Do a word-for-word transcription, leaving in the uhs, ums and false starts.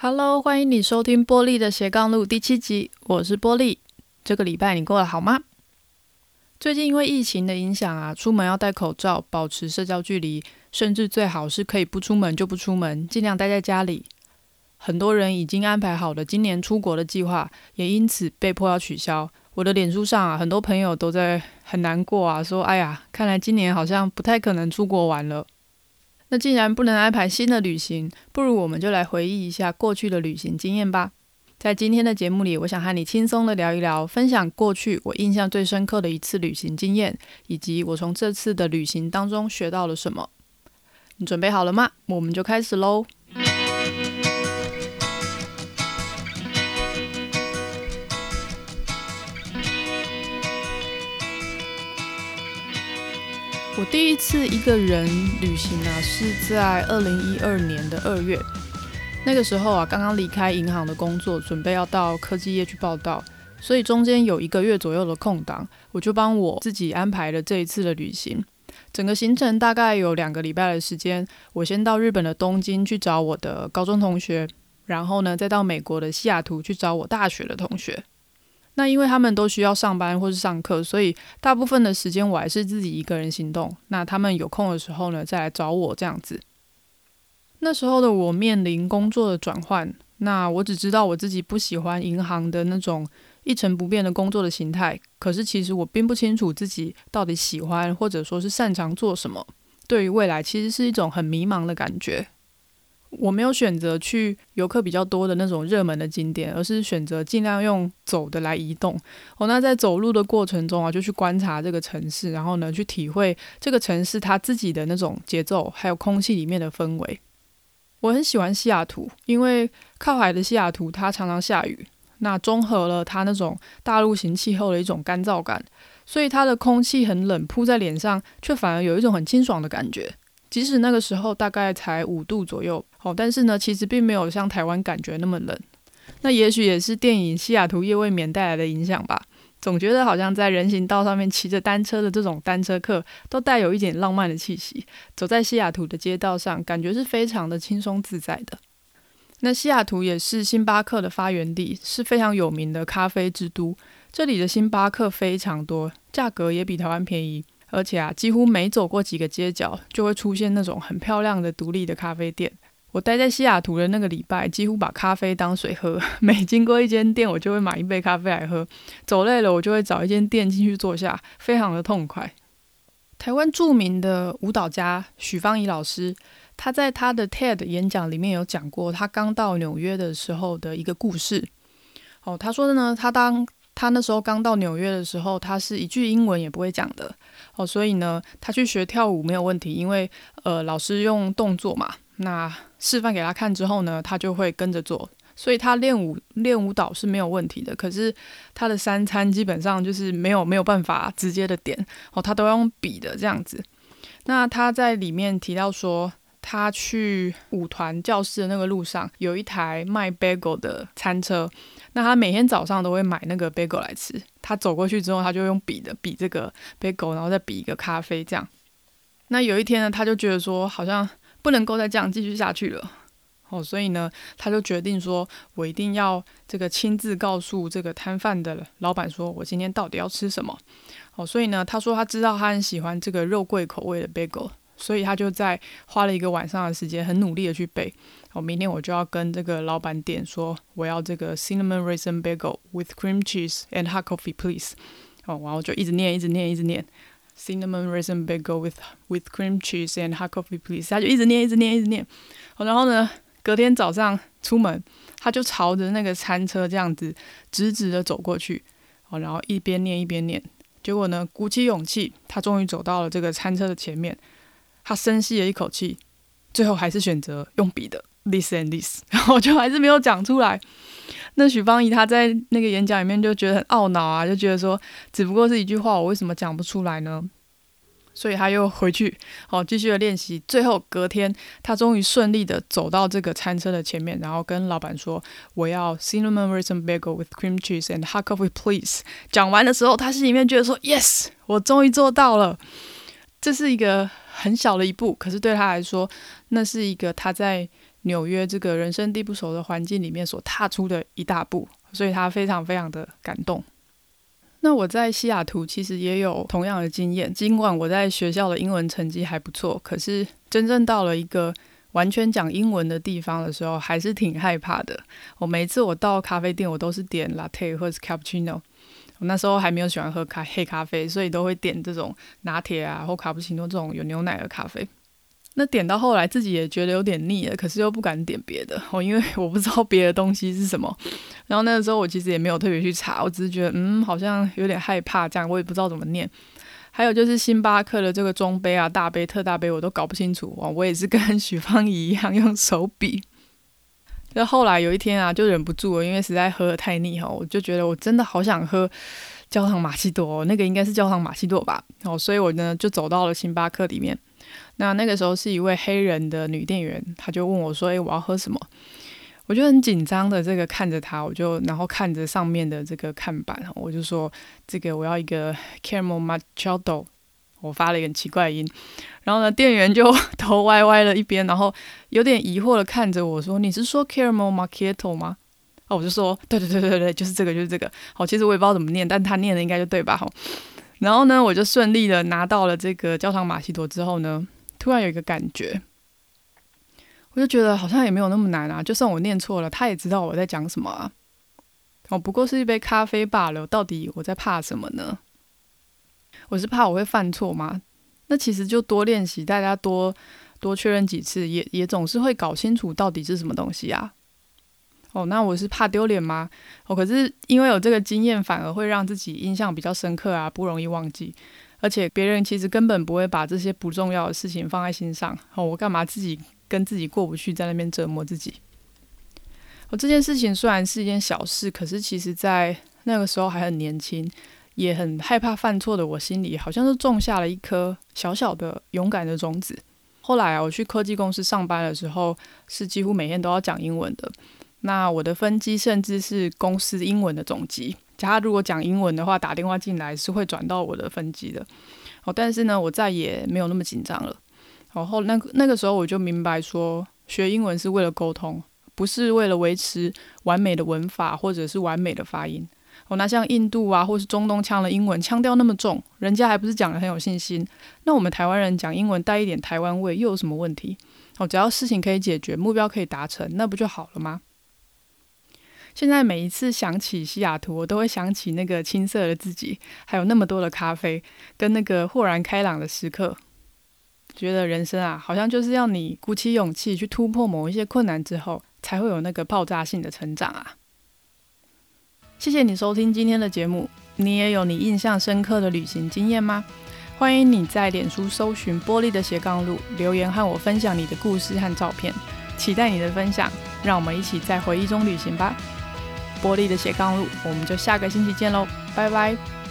Hello， 欢迎你收听波莉的斜杠路第七集，我是波莉。这个礼拜你过得好吗？最近因为疫情的影响啊，出门要戴口罩，保持社交距离，甚至最好是可以不出门就不出门，尽量待在家里。很多人已经安排好了今年出国的计划，也因此被迫要取消。我的脸书上啊，很多朋友都在很难过啊，说哎呀，看来今年好像不太可能出国玩了。那既然不能安排新的旅行，不如我们就来回忆一下过去的旅行经验吧。在今天的节目里，我想和你轻松的聊一聊，分享过去我印象最深刻的一次旅行经验，以及我从这次的旅行当中学到了什么。你准备好了吗？我们就开始咯。我第一次一个人旅行啊，是在二零一二年的二月。那个时候啊，刚刚离开银行的工作，准备要到科技业去报到，所以中间有一个月左右的空档，我就帮我自己安排了这一次的旅行。整个行程大概有两个礼拜的时间，我先到日本的东京去找我的高中同学，然后呢，再到美国的西雅图去找我大学的同学。那因为他们都需要上班或是上课，所以大部分的时间我还是自己一个人行动。那他们有空的时候呢，再来找我这样子。那时候的我面临工作的转换，那我只知道我自己不喜欢银行的那种一成不变的工作的形态，可是其实我并不清楚自己到底喜欢或者说是擅长做什么。对于未来其实是一种很迷茫的感觉。我没有选择去游客比较多的那种热门的景点，而是选择尽量用走的来移动。哦，那在走路的过程中啊，就去观察这个城市，然后呢，去体会这个城市它自己的那种节奏，还有空气里面的氛围。我很喜欢西雅图，因为靠海的西雅图它常常下雨，那中和了它那种大陆型气候的一种干燥感，所以它的空气很冷，扑在脸上，却反而有一种很清爽的感觉。即使那个时候大概才五度左右，哦，但是呢，其实并没有像台湾感觉那么冷。那也许也是电影《西雅图夜未眠》带来的影响吧。总觉得好像在人行道上面骑着单车的这种单车客，都带有一点浪漫的气息。走在西雅图的街道上，感觉是非常的轻松自在的。那西雅图也是星巴克的发源地，是非常有名的咖啡之都。这里的星巴克非常多，价格也比台湾便宜。而且啊，几乎每走过几个街角，就会出现那种很漂亮的独立的咖啡店。我待在西雅图的那个礼拜，几乎把咖啡当水喝，每经过一间店，我就会买一杯咖啡来喝。走累了，我就会找一间店进去坐下，非常的痛快。台湾著名的舞蹈家许芳宜老师，他在他的 T E D 演讲里面有讲过，他刚到纽约的时候的一个故事。哦，他说的呢，他当他那时候刚到纽约的时候，他是一句英文也不会讲的。哦，所以呢，他去学跳舞没有问题，因为呃老师用动作嘛，那示范给他看之后呢，他就会跟着做，所以他练舞练舞蹈是没有问题的。可是他的三餐基本上就是没有没有办法直接的点，哦，他都要用笔的这样子。那他在里面提到说，他去舞团教室的那个路上，有一台卖 bagel 的餐车，那他每天早上都会买那个 bagel 来吃。他走过去之后，他就用笔的比这个 bagel， 然后再比一个咖啡这样。那有一天呢，他就觉得说好像不能够再这样继续下去了。哦，所以呢，他就决定说，我一定要这个亲自告诉这个摊贩的老板说，我今天到底要吃什么。哦，所以呢，他说他知道他很喜欢这个肉桂口味的 bagel。所以他就在花了一个晚上的时间，很努力的去背。哦，明天我就要跟这个老板点说，我要这个 cinnamon raisin bagel with cream cheese and hot coffee, please。哦，然后就一直念，一直念，一直念 cinnamon raisin bagel with with cream cheese and hot coffee, please。他就一直念，一直念，一直念。哦，然后呢，隔天早上出门，他就朝着那个餐车这样子直直的走过去。哦，然后一边念一边念。结果呢，鼓起勇气，他终于走到了这个餐车的前面。他深吸了一口气，最后还是选择用笔的 this and this， 然后就还是没有讲出来。那许芳宜她在那个演讲里面就觉得很懊恼啊，就觉得说只不过是一句话，我为什么讲不出来呢？所以他又回去好继续的练习。最后隔天他终于顺利的走到这个餐车的前面，然后跟老板说，我要 cinnamon raisin bagel with cream cheese and hot coffee, please。 讲完的时候，他心里面觉得说 yes， 我终于做到了。这是一个很小的一步，可是对他来说，那是一个他在纽约这个人生地不熟的环境里面所踏出的一大步，所以他非常非常的感动。那我在西雅图其实也有同样的经验，尽管我在学校的英文成绩还不错，可是真正到了一个完全讲英文的地方的时候，还是挺害怕的。我每一次我到咖啡店，我都是点 latte 或者是 cappuccino。我那时候还没有喜欢喝咖黑咖啡，所以都会点这种拿铁啊或卡布奇诺这种有牛奶的咖啡。那点到后来自己也觉得有点腻了，可是又不敢点别的，哦，因为我不知道别的东西是什么。然后那个时候我其实也没有特别去查，我只是觉得嗯好像有点害怕这样，我也不知道怎么念。还有就是星巴克的这个中杯啊、大杯、特大杯我都搞不清楚，哦，我也是跟许芳宜一样用手比。就后来有一天啊，就忍不住了，因为实在喝得太腻，我就觉得我真的好想喝焦糖玛奇朵，那个应该是焦糖玛奇朵吧，所以我呢就走到了星巴克里面。那那个时候是一位黑人的女店员，她就问我说：“欸，我要喝什么？”我就很紧张的这个看着她，我就然后看着上面的这个看板，我就说：“这个我要一个 caramel macchiato。”我发了一个很奇怪的音，然后呢，店员就头歪歪了一边，然后有点疑惑的看着我说：“你是说 caramel macchiato 吗？”哦，我就说：“对对对对对，就是这个，就是这个。”好，其实我也不知道怎么念，但他念的应该就对吧？然后呢，我就顺利的拿到了这个焦糖玛奇朵之后呢，突然有一个感觉，我就觉得好像也没有那么难啊，就算我念错了，他也知道我在讲什么啊。哦，不过是一杯咖啡罢了，到底我在怕什么呢？我是怕我会犯错吗？那其实就多练习，大家多多确认几次，也也总是会搞清楚到底是什么东西啊。哦，那我是怕丢脸吗？哦，可是因为有这个经验，反而会让自己印象比较深刻啊，不容易忘记。而且别人其实根本不会把这些不重要的事情放在心上。哦，我干嘛自己跟自己过不去，在那边折磨自己？哦，这件事情虽然是一件小事，可是其实在那个时候还很年轻，也很害怕犯错的我心里，好像是种下了一颗小小的勇敢的种子。后来啊，我去科技公司上班的时候，是几乎每天都要讲英文的。那我的分机甚至是公司英文的总机，他如果讲英文的话，打电话进来是会转到我的分机的。哦，但是呢，我再也没有那么紧张了。然后那个那个时候我就明白说，学英文是为了沟通，不是为了维持完美的文法或者是完美的发音。哦，那像印度啊或是中东腔的英文腔调那么重，人家还不是讲得很有信心，那我们台湾人讲英文带一点台湾味又有什么问题？哦，只要事情可以解决，目标可以达成，那不就好了吗？现在每一次想起西雅图，我都会想起那个青涩的自己，还有那么多的咖啡跟那个豁然开朗的时刻。觉得人生啊，好像就是要你鼓起勇气去突破某一些困难之后，才会有那个爆炸性的成长啊。谢谢你收听今天的节目，你也有你印象深刻的旅行经验吗？欢迎你在脸书搜寻玻璃的斜杠路，留言和我分享你的故事和照片，期待你的分享，让我们一起在回忆中旅行吧。玻璃的斜杠路，我们就下个星期见喽，拜拜。